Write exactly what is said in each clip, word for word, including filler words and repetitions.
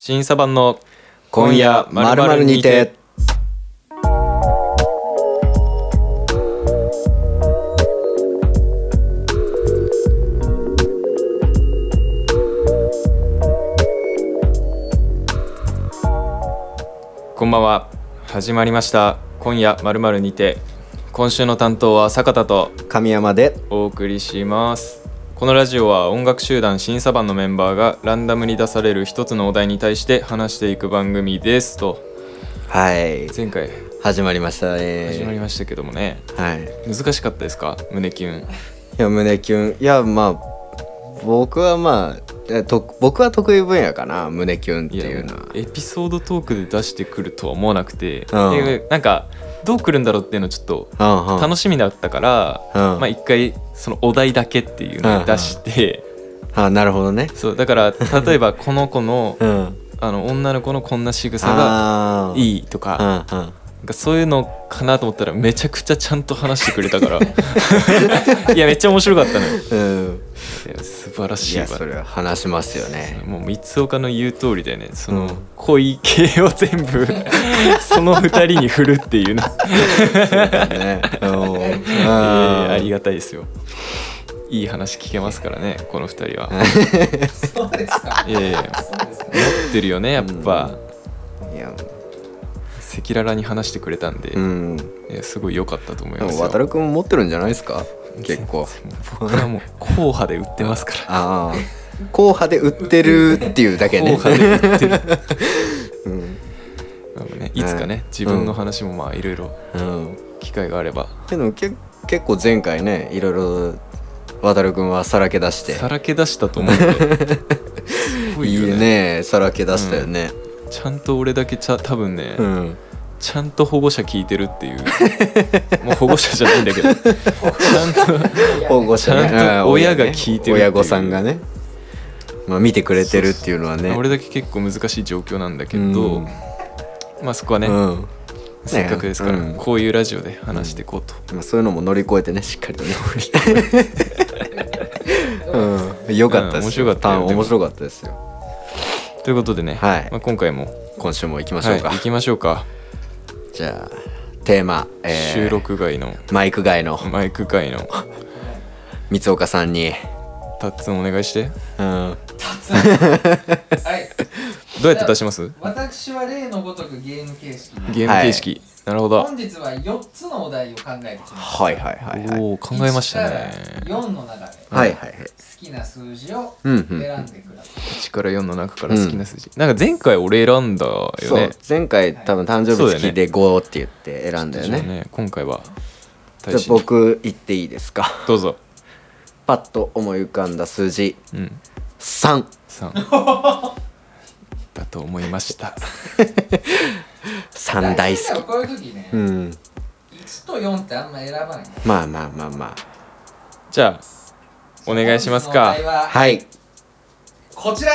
審査版の今夜まるまるにて。 こんばんは。始まりました今夜まるまるにて。今週の担当は坂田と神山でお送りします。このラジオは音楽集団審査版のメンバーがランダムに出される一つのお題に対して話していく番組ですと。 はい前回始まりましたね。 始まりましたけどもね、 はい、 難しかったですか？胸キュン。 いや胸キュン、いやまあ僕はまあと僕は得意分野かな、胸キュンっていうのは。 エピソードトークで出してくるとは思わなくて、 うん、 でなんかどう来るんだろうっていうのちょっと楽しみだったから、うんうん、まあ一回そのお題だけっていうのを出して、 うんうん、あなるほどね。 そうだから例えばこの子の、うん、あの女の子のこんな仕草がいいとか、うんうん、なんかそういうのかなと思ったらめちゃくちゃちゃんと話してくれたからいやめっちゃ面白かったね、うん、いや素晴らしいわ。 いやそれは話しますよね。 もう三岡の言う通りだよね。その、うん、恋系を全部その二人に振るっていうのそうだね、えー、ありがたいですよ。いい話聞けますからねこの二人はそうですか。 いやいや持ってるよねやっぱ、うん、いや赤裸々に話してくれたんで、うん、いやすごい良かったと思いますよ。 渡るくんも持ってるんじゃないですか結構。 僕はもう硬派で売ってますからああ硬派で売ってるっていうだけね。 硬派で売ってる、うんまあね、いつかね、うん、自分の話もまあいろいろ機会があれば、 うん、でもけ結構前回ねいろいろ渡るくんはさらけ出してさらけ出したと思うんですごいよね。いいねさらけ出したよね、 うん、ちゃんと俺だけちゃ多分ね、うん、ちゃんと保護者聞いてるっていうもう保護者じゃないんだけどちゃんと保護者、ね、 ちゃんと親が聞いてるっていう、 親御さんがね、まあ、見てくれてるっていうのはね。 そうそう俺だけ結構難しい状況なんだけど、うん、まあそこはね、うん、せっかくですから、ねうん、こういうラジオで話していこうと、 うんまあ、そういうのも乗り越えてねしっかりとねうん、よかったです、うん、面白かったよ。面白かったですよ。 ということでね、はいまあ、今回も今週も行きましょうか、 はい、行きましょうか。 じゃあテーマ、 えー、収録外のマイク外のマイク外の三岡さんにタッツンお願いして。 うんタッツンはいどうやって出します？ 私は例のごとくゲーム形式ゲーム形式、はい、なるほど。 本日はよっつのお題を考えてきました。 はいはいはい、はい、 お考えましたね。 いちからよんの中で、 はいはいはい、 好きな数字を選んでください、うんうん、いちからよんの中から好きな数字、うん、なんか前回俺選んだよね。 そう前回多分誕生日付きでごって言って選んだよね。 よね今回はじゃあ僕言っていいですか？ どうぞ。 パッと思い浮かんだ数字、うん、さん さんだと思いましたさん大好き。 こういう時ね、うん、いちとよんってあんま選ばない。 まあまあまあまあじゃあお願いしますか。 はい、 こちら。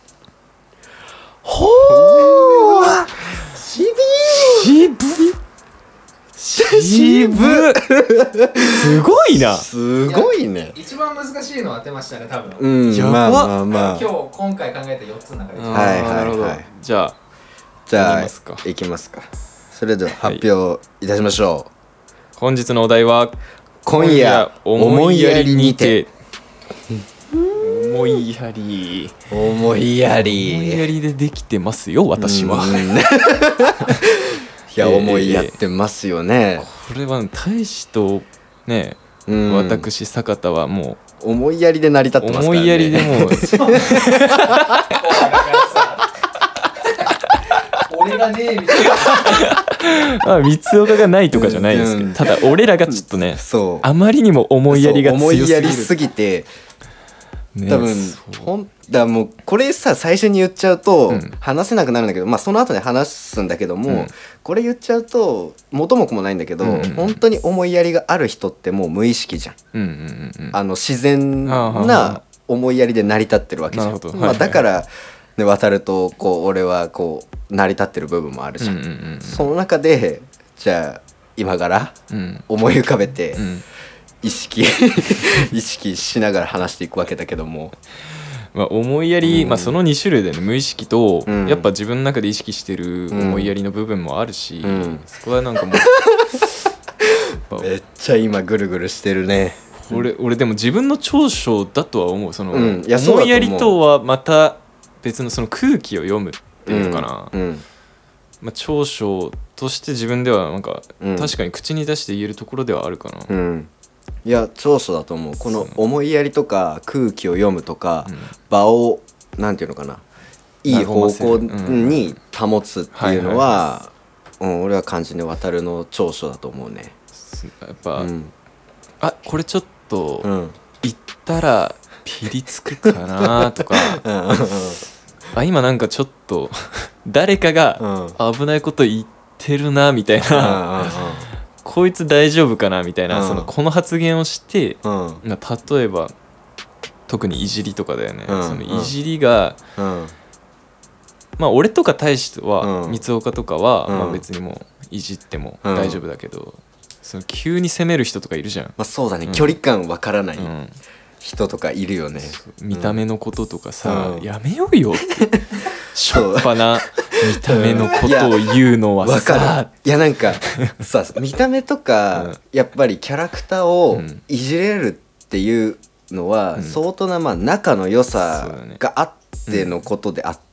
ほーしびーしぶしぶすごいな。 すごいね。 一番難しいの当てましたね多分。 うんやば。まあまあまあ今日今回考えたよっつの中で。 はいはいはい。 じゃあじゃあいきますか。それでは発表いたしましょう、はい、 本日のお題は今夜思いやりにて。 思いやり思いやり思いやりでできてますよ私は。 いや思いやってますよね、 えー、これは大使とね、うん、私坂田はもう思いやりで成り立ってますからね。 思いやりでもう俺がねえみたいなあ三岡がないとかじゃないですけど、うん、ただ俺らがちょっとね、そうあまりにも思いやりが強すぎる。 思いやりすぎてね、多分ほんだもうこれさ最初に言っちゃうと話せなくなるんだけど、うん、まあその後で話すんだけども、うん、これ言っちゃうと元も子もないんだけど、うんうん、本当に思いやりがある人ってもう無意識じゃん、うんうんうん、あの自然な思いやりで成り立ってるわけじゃん、まあ、はいはい、だから、ね、渡るとこう俺はこう成り立ってる部分もあるじゃん、うんうんうんうん、その中でじゃあ今から思い浮かべて、うん意識意識しながら話していくわけだけどもまあ、思いやり、うんまあ、そのに種類でね無意識と、 うん、 やっぱ自分の中で意識してる思いやりの部分もあるし、うん、そこはなんかもうめっちゃ今ぐるぐるしてるね。 俺, 俺でも自分の長所だとは思う。その、うん、 いや思いやりとはまた別のその空気を読むっていうのかな、 うんうんまあ、長所として自分ではなんか、うん、確かに口に出して言えるところではあるかな、 うん、いや長所だと思う。この思いやりとか空気を読むとか、うん、場をなんていうのかないい方向に保つっていうのは、うん、俺は漢字に渡るの長所だと思うね。 やっぱ、うん、あこれちょっと言ったらピリつくかなとかあ今なんかちょっと誰かが危ないこと言ってるなみたいなこいつ大丈夫かなみたいな、そのこの発言をして、例えば特にいじりとかだよね、そのいじりがまあ俺とか大志は三岡とかはまあ別にもういじっても大丈夫だけど、その急に責める人とかいるじゃん。 まあそうだね、距離感わからない人とかいるよね。 見た目のこととかさ、やめようよってしょっぱな見た目のことを言うのはさ、 いやなんかさ見た目とかやっぱりキャラクターをいじれるっていうのは相当なまあ仲の良さがあってのことであって、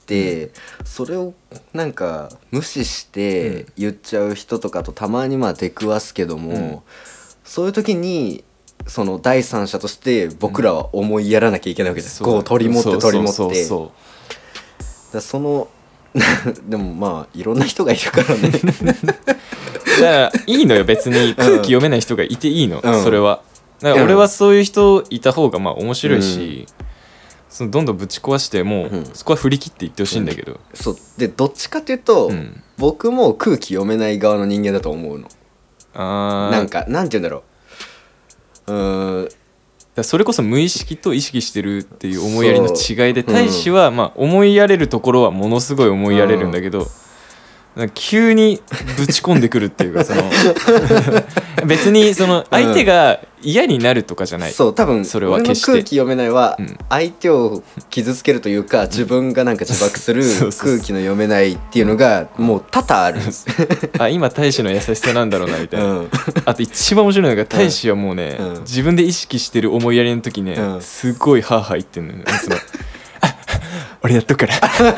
それをなんか無視して言っちゃう人とかとたまにまあ出くわすけども、そういう時にその第三者として僕らは思いやらなきゃいけないわけです、うん、こう取り持って取り持ってだそのでもまあいろんな人がいるからねだからいいのよ別に空気読めない人がいていいの、うん、それはだから俺はそういう人いた方がまあ面白いし、うん、そのどんどんぶち壊してもう、うん、そこは振り切っていってほしいんだけど、うん、 そうでどっちかというと、うん、僕も空気読めない側の人間だと思うの。あなんかなんて言うんだろううーんだそれこそ無意識と意識してるっていう思いやりの違いで、大志はまあ思いやれるところはものすごい思いやれるんだけど、なんか急にぶち込んでくるっていうかその別にその相手が嫌になるとかじゃない、うん、 そう多分それは決して俺の空気読めないは相手を傷つけるというか、うん、自分がなんか自爆する空気の読めないっていうのがもう多々あるあ今大志の優しさなんだろうなみたいな、うん、あと一番面白いのが大志はもうね、うん、自分で意識してる思いやりの時ね、うん、すごいハーハー言ってんのよその俺やっとくから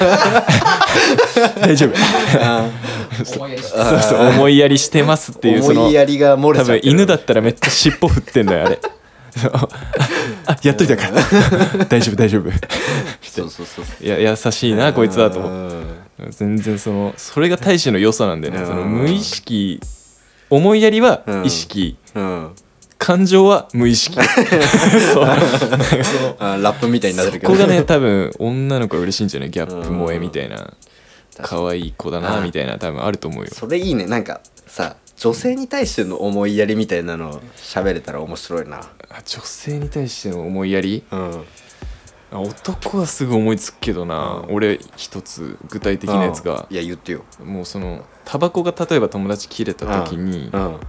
大丈夫そうそう思いやりしてますっていうその思いやりが漏れちゃう。 多分犬だったらめっちゃ尻尾振ってんだよあれあやっといたから大丈夫大丈夫そうそうそういや優しいなこいつだと思う。全然そのそれが大志の良さなんでね、その無意識思いやりは意識、うんうん感情は無意識そうなんかそのあラップみたいになってるけどそこがね多分女の子は嬉しいんじゃないギャップ萌えみたいな可愛い子だなみたいな多分あると思うよ。 それいいね。なんかさ女性に対しての思いやりみたいなの喋れたら面白いな。 女性に対しての思いやり、うん、男はすぐ思いつくけどな、うん、俺一つ具体的なやつが、 うん、いや言ってよ。 もうそのタバコが例えば友達切れた時に、うんうん、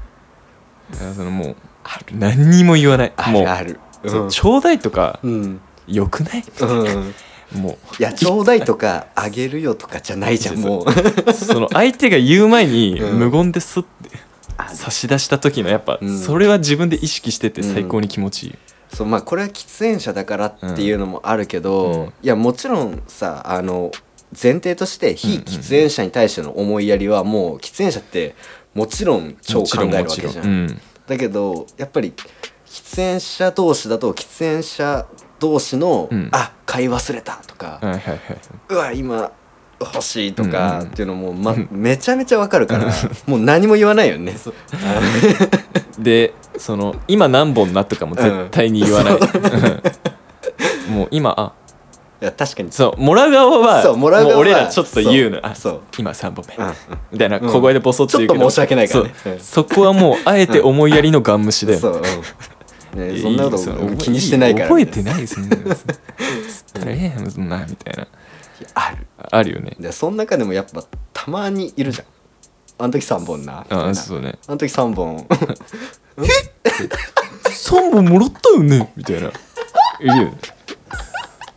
そのもう何にも言わない。もうあるある、 うん、ちょうだいとか、うん、よくない、 うん、もういやちょうだいとかあげるよとかじゃないじゃんもうその相手が言う前に無言ですって差し出した時のやっぱ、うん、それは自分で意識してて最高に気持ちいい、うんそうまあこれは喫煙者だからっていうのもあるけど、うん、いやもちろんさあの前提として非喫煙者に対しての思いやりはもう喫煙者ってもちろん超考えるわけじゃん。だけどやっぱり喫煙者同士だと喫煙者同士の、うん、あ買い忘れたとか、はいはいはい、うわ今欲しいとかっていうのも、ま、めちゃめちゃわかるからもう何も言わないよねでその今何本なとかも絶対に言わない、うん、もう今あいや確かにそうもらう側はそうもらう側はもう俺らちょっと言うのあそう今さんぼんめ、うん、みたいな小声でボソッと言うけど、 うん、ちょっと申し訳ないからねそ, そこはもうあえて思いやりのガン無視で、 そう、うんね、そんなこと気にしてないから、ね、 覚えてないですねつったらええなみたいなあるあるよね。 でその中でもやっぱたまにいるじゃん。あの時さんぼんなあそうねあの時さんぼんえさんぼんもらったよねみたいないるよね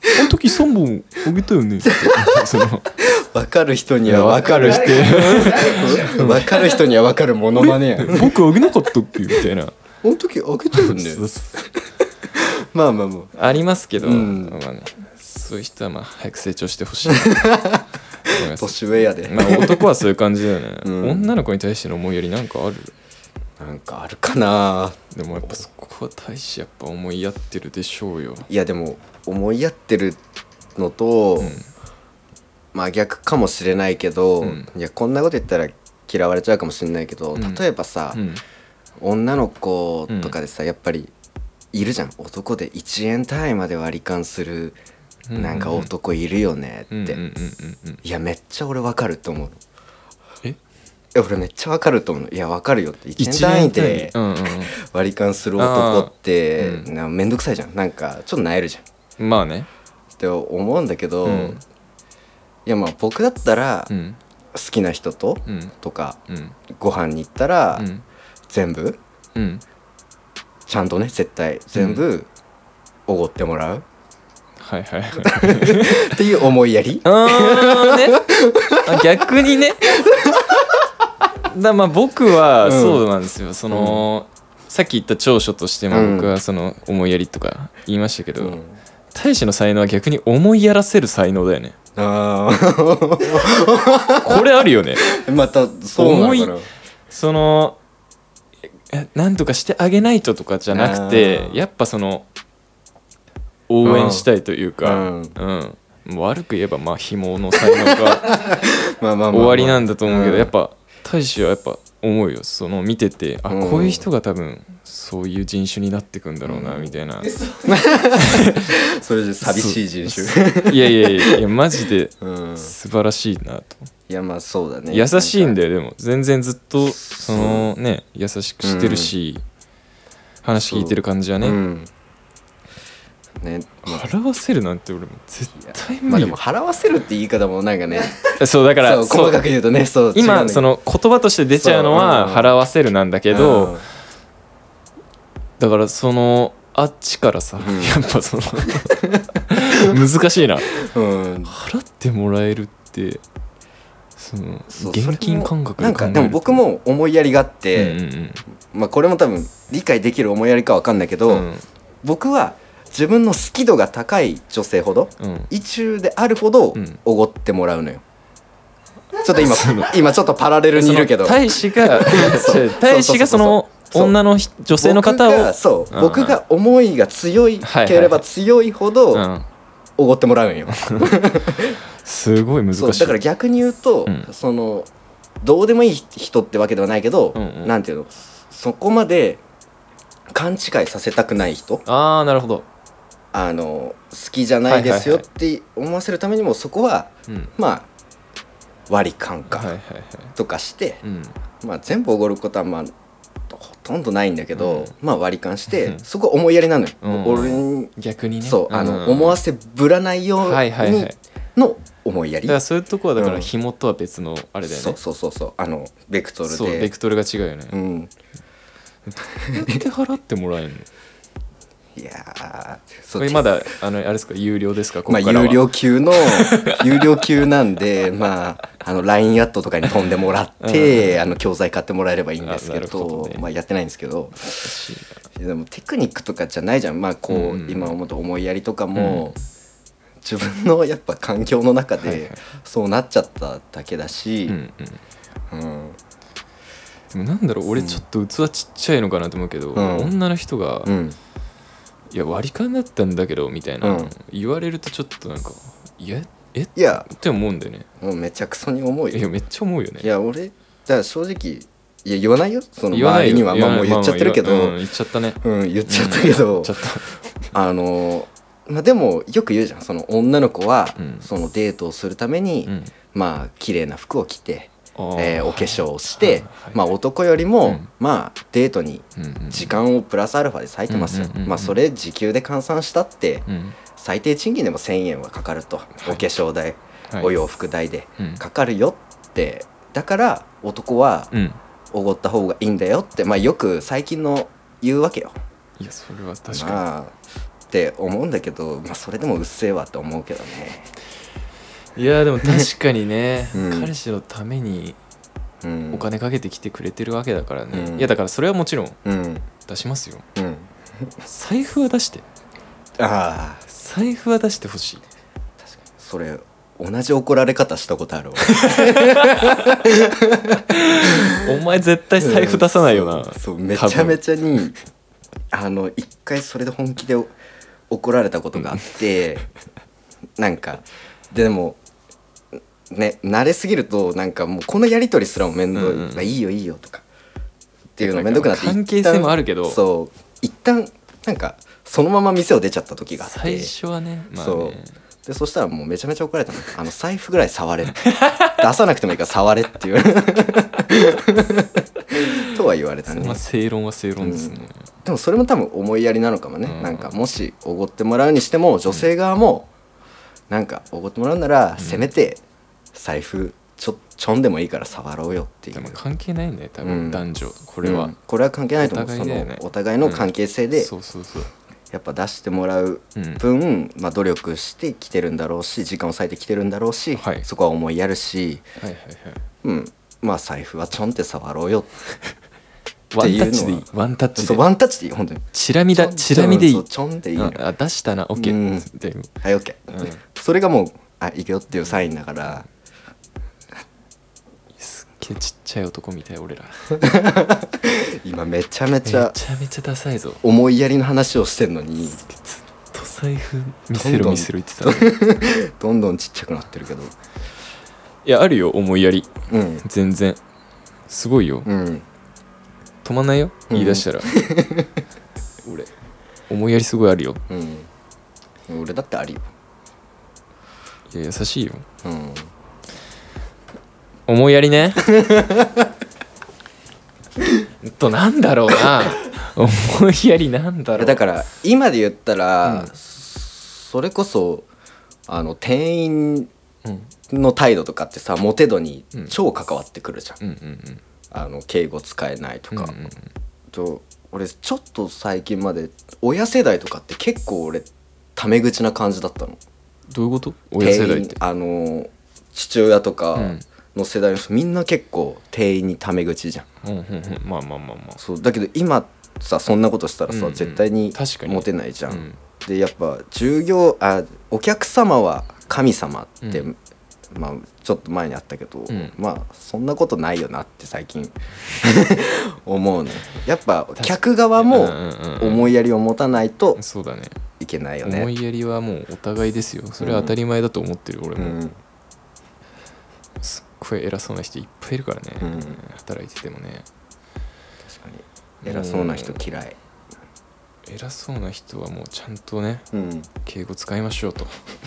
あの時さんぼんあげたよねってその分かる人には分かる人分かる人には分かるモノマネや僕あげなかったっけみたいなあの時あげたよねまあまあまあありますけど、 うんまあね、そういう人はまあ早く成長してほしい年上やで、 まあ、男はそういう感じだよね、 うん、 女の子に対しての思いやりなんかある？ なんかあるかな。 でもやっぱそこは大使やっぱ思いやってるでしょうよ。 いやでも思いやってるのと、うん、まあ逆かもしれないけど、うん、いやこんなこと言ったら嫌われちゃうかもしれないけど、うん、例えばさ、うん、女の子とかでさやっぱりいるじゃん、男でいちえん単位まで割り勘するなんか男いるよねって。いやめっちゃ俺わかると思う。 え俺めっちゃわかると思う。いやわかるよって。いちえん単位で割り勘する男ってめんどくさいじゃん。なんかちょっと萎えるじゃん。まあねって思うんだけど、うん、いやまあ僕だったら好きな人と、うん、とか、うん、ご飯に行ったら、うん、全部、うん、ちゃんとね絶対全部おごってもらう、 はいはいっていう思いやり。 あ、ね、あ逆にねだまあ僕はそうなんですよ、うん、その、うん、さっき言った長所としても僕はその思いやりとか言いましたけど、うん、大使の才能は逆に思いやらせる才能だよね。 あこれあるよね。 またそうなのかな。 そのなんとかしてあげないととかじゃなくてやっぱその応援したいというか、うんうん、悪く言えばまあ紐の才能が終わりなんだと思うけど、やっぱ大使はやっぱ思うよ。その見ててあ、うん、こういう人が多分そういう人種になってくんだろうな、うん、みたいな。 それで寂しい人種。 いやいやいやいやマジで素晴らしいなと。 いやまあそうだね。 優しいんだよ。でも全然ずっとそのね優しくしてるし、うん、話聞いてる感じはね。うんね、まあ、払わせるなんて俺も絶対無理。 まあでも払わせるって言い方もなんかねそうだからそう細かく言うとねそう今その言葉として出ちゃうのは払わせるなんだけど、だからそのあっちからさ、うん、やっぱその難しいな、うん、払ってもらえるってその現金感覚で考えるとなんかでも僕も思いやりがあって、うんうんうん、まあこれも多分理解できる思いやりかわかんないけど、うん、僕は自分の好き度が高い女性ほど、うん、意中であるほどおごってもらうのよ、うん、ちょっと今今ちょっとパラレルにいるけど大使が大使がその女の女性の方を僕がそう、うん、僕が思いが強いければ強いほどおごってもらうんよ。 すごい難しい。 そうだから逆に言うと、うん、そのどうでもいい人ってわけではないけど、うんうん、なんていうのそこまで勘違いさせたくない人。 ああなるほど。 あの好きじゃないですよって思わせるためにもそこは、うん、まあ割り勘かとかして、うんまあ、全部おごることはまあほとんどないんだけど、うん、まあ割り勘して、うん、そこは思いやりなのよ、うん、俺に逆にねそうあの、うん、思わせぶらないようにの思いやり。 だからそういうとこはだから紐とは別のあれだよね、 うん、そうそうそうそうあのベクトルでそうベクトルが違うよね、うん、どうやって払ってもらえるの。 いやこれまだあのあれですか有料ですか。ここからはまあ有料級の有料級なんでまああの ライン アットとかに飛んでもらって、うん、あの教材買ってもらえればいいんですけど、ね、まあやってないんですけどでもテクニックとかじゃないじゃん。まあこう、うんうん、今思うと思いやりとかも、うん、自分のやっぱ環境の中でそうなっちゃっただけだし、うんうんうん、 でもなんだろう俺ちょっと器ちっちゃいのかなと思うけど、うん、女の人が、うんいや割り勘だったんだけどみたいな、うん、言われるとちょっとなんかいやえいやって思うんだよね。 もうめちゃくそに思うよ。 いやめっちゃ思うよね。 いや俺だから正直いや言わないよその周りにはまあもう言っちゃってるけど、まあまあうん、言っちゃったねうん言っちゃったけど、うん、あのまあでもよく言うじゃんその女の子は、うん、そのデートをするために、うん、まあ綺麗な服を着てえー、お化粧をして、はいはいはいまあ、男よりも、うん、まあデートに時間をプラスアルファで割いてますよ、うんうんうんうん、まあそれ時給で換算したって、うん、最低賃金でもせんえんはかかると、はい、お化粧代、はい、お洋服代でかかるよって、だから男はおごった方がいいんだよって、まあ、よく最近の言うわけよ。 いやそれは確かに、 まあ、 って思うんだけど、まあ、それでもうっせえわって思うけどね。 いやでも確かにね、 うん、 彼氏のためにうんお金かけてきてくれてるわけだからね、 うん、 いやだからそれはもちろんうん出しますよ、 うん、 財布は出して、 ああ財布は出してほしい。 確かにそれ同じ怒られ方したことあるわお前絶対財布出さないよな、うん、 そうそうめちゃめちゃにあの一回それで本気で怒られたことがあって、うん、なんかでもね慣れすぎるとなんかもうこのやり取りすらも面倒い、うんうん、いいよいいよとかっていうの面倒くなって関係性もあるけどそう一旦なんかそのまま店を出ちゃった時があって最初はね、まあ、ねそうでそしたらもうめちゃめちゃ怒られたの。あの財布ぐらい触れ出さなくてもいいから触れっていうとは言われたね。 まあ正論は正論ですね、うん、 でもそれも多分思いやりなのかもね、うん、なんかもしおごってもらうにしても女性側もなんかおごってもらうならせめて財布ちょちょんでもいいから触ろうよっていう。 でも関係ないね多分男女、うん、これは、うん、 これは関係ないと思う。お互いだよね、そのお互いの関係性で、うん、 そうそうそうやっぱ出してもらう分、うん、まあ、努力してきてるんだろうし時間を割いてきてるんだろうし、はい、そこは思いやるし、はいはいはい、うん、まあ財布はちょんって触ろうよっていうのはワンタッチでいいワンタッチでそうワンタッチでいい本当にチラ見だチラ見でいいちょんでいい、 あ出したな OK、うん、 はい OK、うん、それがもうあいくよっていうサインだから。 すっげえちっちゃい男みたい俺ら今めちゃめちゃめちゃめちゃダサいぞ思いやりの話をしてんのにずっと財布見せろ見せろ言ってたどんどんちっちゃくなってるけどいやあるよ思いやり、 うん、 全然すごいよ、うん、止まんないよ言い出したら、うん、俺思いやりすごいあるよ、 うん、俺だってあるよ。 いや優しいよ、 うん、 思いやりねとなんだろうな思いやりなんだろう。 だから今で言ったら、うん、それこそあの店員の態度とかってさモテ度に超関わってくるじゃん、うんうんうん、あの敬語使えないとか、うんうんうん、と俺ちょっと最近まで親世代とかって結構俺タメ口な感じだったの。 どういうこと？親世代ってあの父親とか、うんの世代の人みんな結構店員にタメ口じゃん、 うんうんうん、まあまあまあまあそうだけど今さそんなことしたらさ、うんうん、絶対にモテないじゃん、うん、でやっぱ従業あお客様は神様って、うん、まあちょっと前にあったけど、うん、まあそんなことないよなって最近思うの。やっぱ客側も思いやりを持たないといけないよね。 思いやりはもうお互いですよ。それは当たり前だと思ってる、うん、俺も、うん、すっごい偉そうな人いっぱいいるからね、うん、働いててもね。 確かに偉そうな人嫌い。 偉そうな人はもうちゃんとね、うん、敬語使いましょうと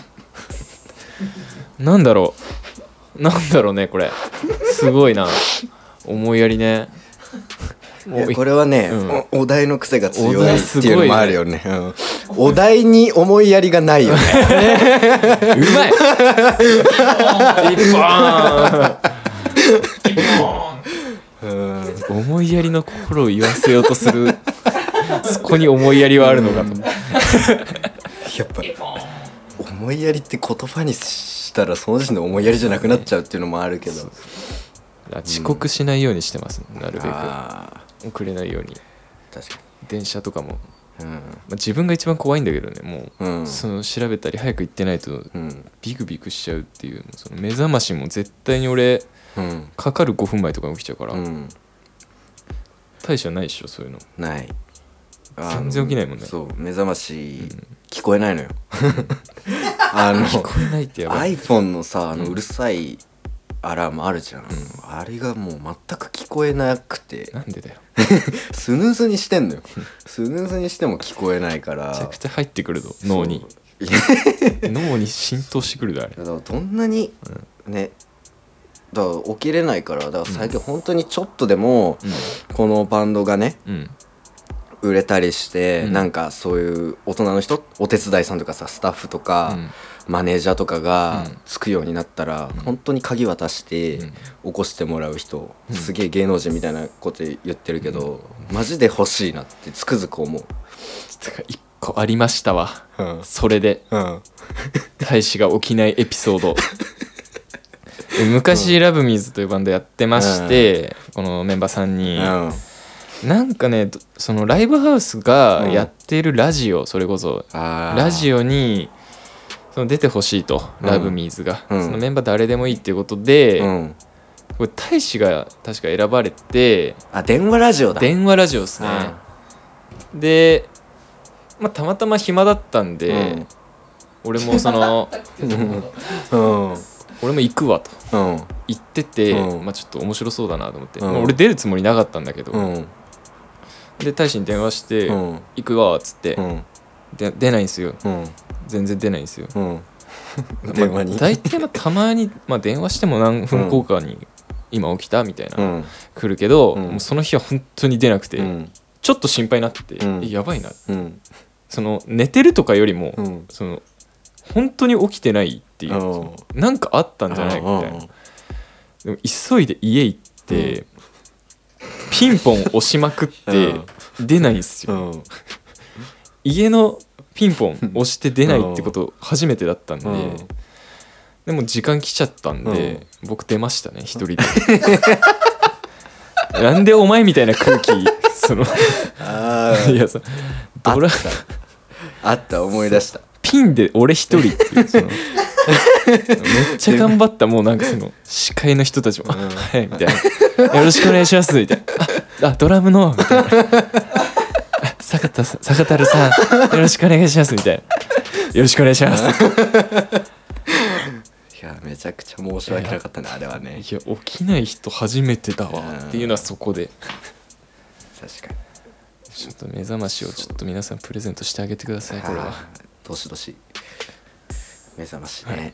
なんだろうなんだろうねこれすごいな思いやりね。 いやこれはね、うん、お, お題の癖が強いっていうのもあるよね、うん、お題に思いやりがないよねうまい一本一本思いやりの心を言わせようとするそこに思いやりはあるのかとやっぱ思いやりって言葉にしたらその時点で思いやりじゃなくなっちゃうっていうのもあるけど、 遅刻しないようにしてます、うん、なるべく遅れないように。 確かに電車とかも、うんまあ、自分が一番怖いんだけどねもう、うん、その調べたり早く行ってないとビクビクしちゃうっていう、その目覚ましも絶対に俺、うん、かかるごふんまえとかに起きちゃうから、うん、大差ないっしょそういうの。 ない全然起きないもんね。 そう目覚まし、うん、聞こえないのよあの聞こえないってやばい。 iPhone のさあのうるさいアラームあるじゃん、うん、あれがもう全く聞こえなくて。 なんでだよスヌーズにしてんのよスヌーズにしても聞こえないからめちゃくちゃ入ってくるぞ脳に脳に浸透してくるだあれ。 だからどんなに、うん、ねだから起きれないからだから最近本当にちょっとでも、うん、このバンドがね、うん売れたりして、うん、なんかそういう大人の人お手伝いさんとかさスタッフとか、うん、マネージャーとかがつくようになったら、うん、本当に鍵渡して起こしてもらう人、うん、すげえ芸能人みたいなこと言ってるけど、うん、マジで欲しいなってつくづく思う。 だから一個ありましたわ、うん、それで、うん、大使が起きないエピソード昔、うん、ラブミーズというバンドやってまして、うん、このメンバーさんにん、うん、なんかねそのライブハウスがやっているラジオ、うん、それこそラジオにその出てほしいと、うん、ラブミーズが、うん、そのメンバー誰でもいいっていうことで、うん、これ大使が確か選ばれて、 あ電話ラジオだ電話ラジオですね、うん、で、まあ、たまたま暇だったんで、うん、俺もその、うん、俺も行くわと、うん、言ってて、うんまあ、ちょっと面白そうだなと思って、うん、俺出るつもりなかったんだけど、うん、で大使に電話して、うん、行くわっつって、うん、で出ないんですよ、うん、全然出ないんですよ、うん電話に、まあ、大体たまに、まあ、電話しても何分後かに今起きたみたいな、うん、来るけど、うん、もうその日は本当に出なくて、うん、ちょっと心配になって、うん、やばいな、うん、その寝てるとかよりも、うん、その本当に起きてないっていう、うん、なんかあったんじゃないかみたいな、でも急いで家行って、うん、ピンポン押しまくって出ないんですよ、うん、家のピンポン押して出ないってこと初めてだったんで、うん、でも時間来ちゃったんで、うん、僕出ましたね一人でなんでお前みたいな空気そのあいやそドラあった思い出したピンで俺一人っていうそのめっちゃ頑張ったもうなんかその司会の人たちも、うん、はいみたいなよろしくお願いしますみたいな あ, あドラムのみたいな坂田さん坂田さんよろしくお願いしますみたいなよろしくお願いしますいやめちゃくちゃ申し訳なかったねあれはね。 いや起きない人初めてだわっていうのはそこで確かにちょっと目覚ましをちょっと皆さんプレゼントしてあげてください。これはどしどし目覚ましね、はい、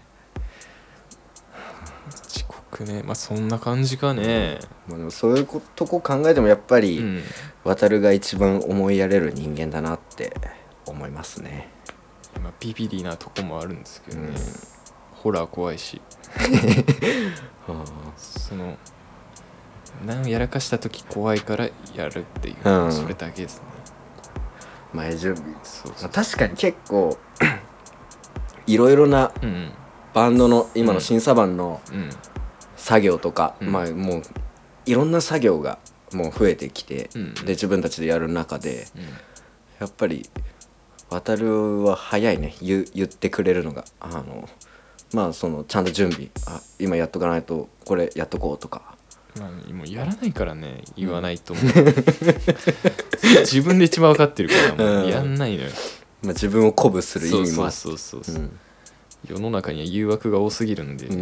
遅刻ねまあそんな感じかね、 まあ、でもそういうとこ考えてもやっぱり、うん、渡が一番思いやれる人間だなって思いますね。 まあビビリなとこもあるんですけどね、うん、ホラー怖いしはあ、その何やらかした時怖いからやるっていう、うん、それだけですね。 前準備そうそう、まあ、確かに結構いろいろなバンドの今の審査版の作業とか、うんうん、まあもういろんな作業がもう増えてきて、うん、で自分たちでやる中で、うん、やっぱり渡るは早いね 言, 言ってくれるのがあのまあそのちゃんと準備あ今やっとかないとこれやっとこうとか。 まあ、もうやらないからね言わないと思う、うん、自分で一番分かってるからもうやんないのよ、 うんまあ、自分を鼓舞する意味もあってそうそうそうそう、うん、世の中には誘惑が多すぎるんで、うん、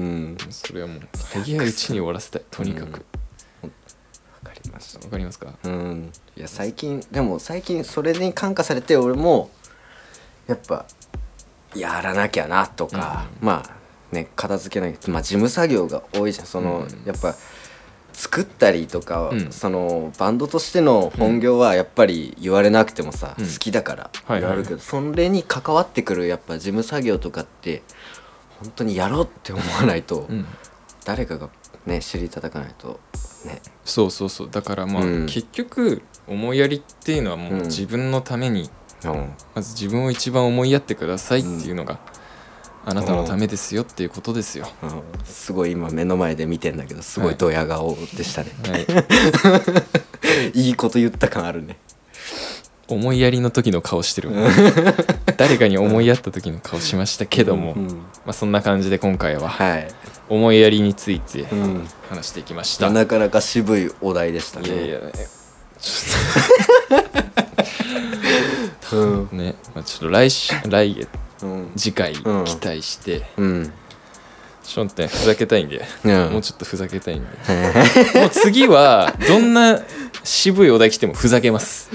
それはもう早いうちに終わらせたいとにかく、うん、分かります分かりますか、 うん、いや最近でも最近それに感化されて俺もやっぱやらなきゃなとか、うん、まあね片付けなきゃ、まあ、事務作業が多いじゃんその、うん、やっぱ作ったりとか、うん、そのバンドとしての本業はやっぱり言われなくてもさ、うん、好きだから言われるけど、それに関わってくるやっぱ事務作業とかって本当にやろうって思わないと、うん、誰かがね尻叩かないとね。 そうそうそうだからまあ、うん、結局思いやりっていうのはもう自分のために、うん、まず自分を一番思いやってくださいっていうのが、うん、あなたのためですよっていうことですよ、 うん、すごい今目の前で見てんだけどすごいドヤ顔でしたね、はい、いいこと言った感あるね。 思いやりの時の顔してる誰かに思いやった時の顔しましたけども、うんうんまあ、そんな感じで今回は思いやりについて話していきました、 うん、なかなか渋いお題でしたね。いやいやちょっとね、まあ、ちょっと来週来月うん、次回期待して、うん、ションテンふざけたいんで、うん、もうちょっとふざけたいんでもう次はどんな渋いお題来てもふざけます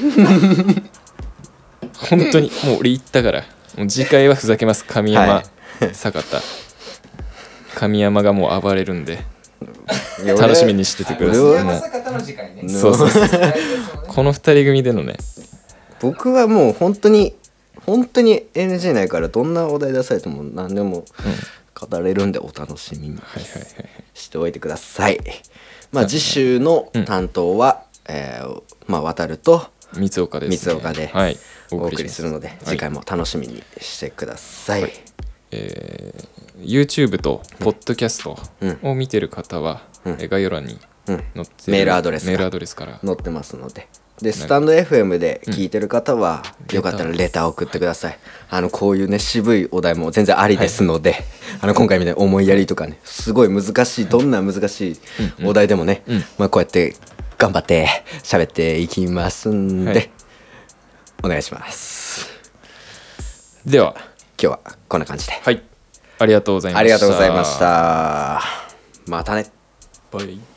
本当にもう俺言ったからもう次回はふざけます。神山、はい、坂田神山がもう暴れるんで楽しみにしててください。 神山坂田の次回ね。 そうそうそうこのふたり組でのね僕はもう本当に本当に エヌジー ないからどんなお題出されても何でも語れるんでお楽しみにしておいてください。まあ次週の担当は、うんえー、まあ渡ると三岡です、ね、 三岡でお送りするので、次回も楽しみにしてください、はい。 えー、YouTube と Podcast を見てる方は、うん、概要欄に載ってる、うん、 メールアドレスメールアドレスから載ってますので、でスタンド エフエム で聞いてる方は、うん、よかったらレター送ってください。あのこういうね渋いお題も全然ありですので、はい、あの今回みたいに思いやりとかね、すごい難しい、どんな難しいお題でもね、うんうん、まあ、こうやって頑張って喋っていきますんで、はい、お願いします。 では今日はこんな感じで、 はい、ありがとうございました。 ありがとうございました。またね。 バイ。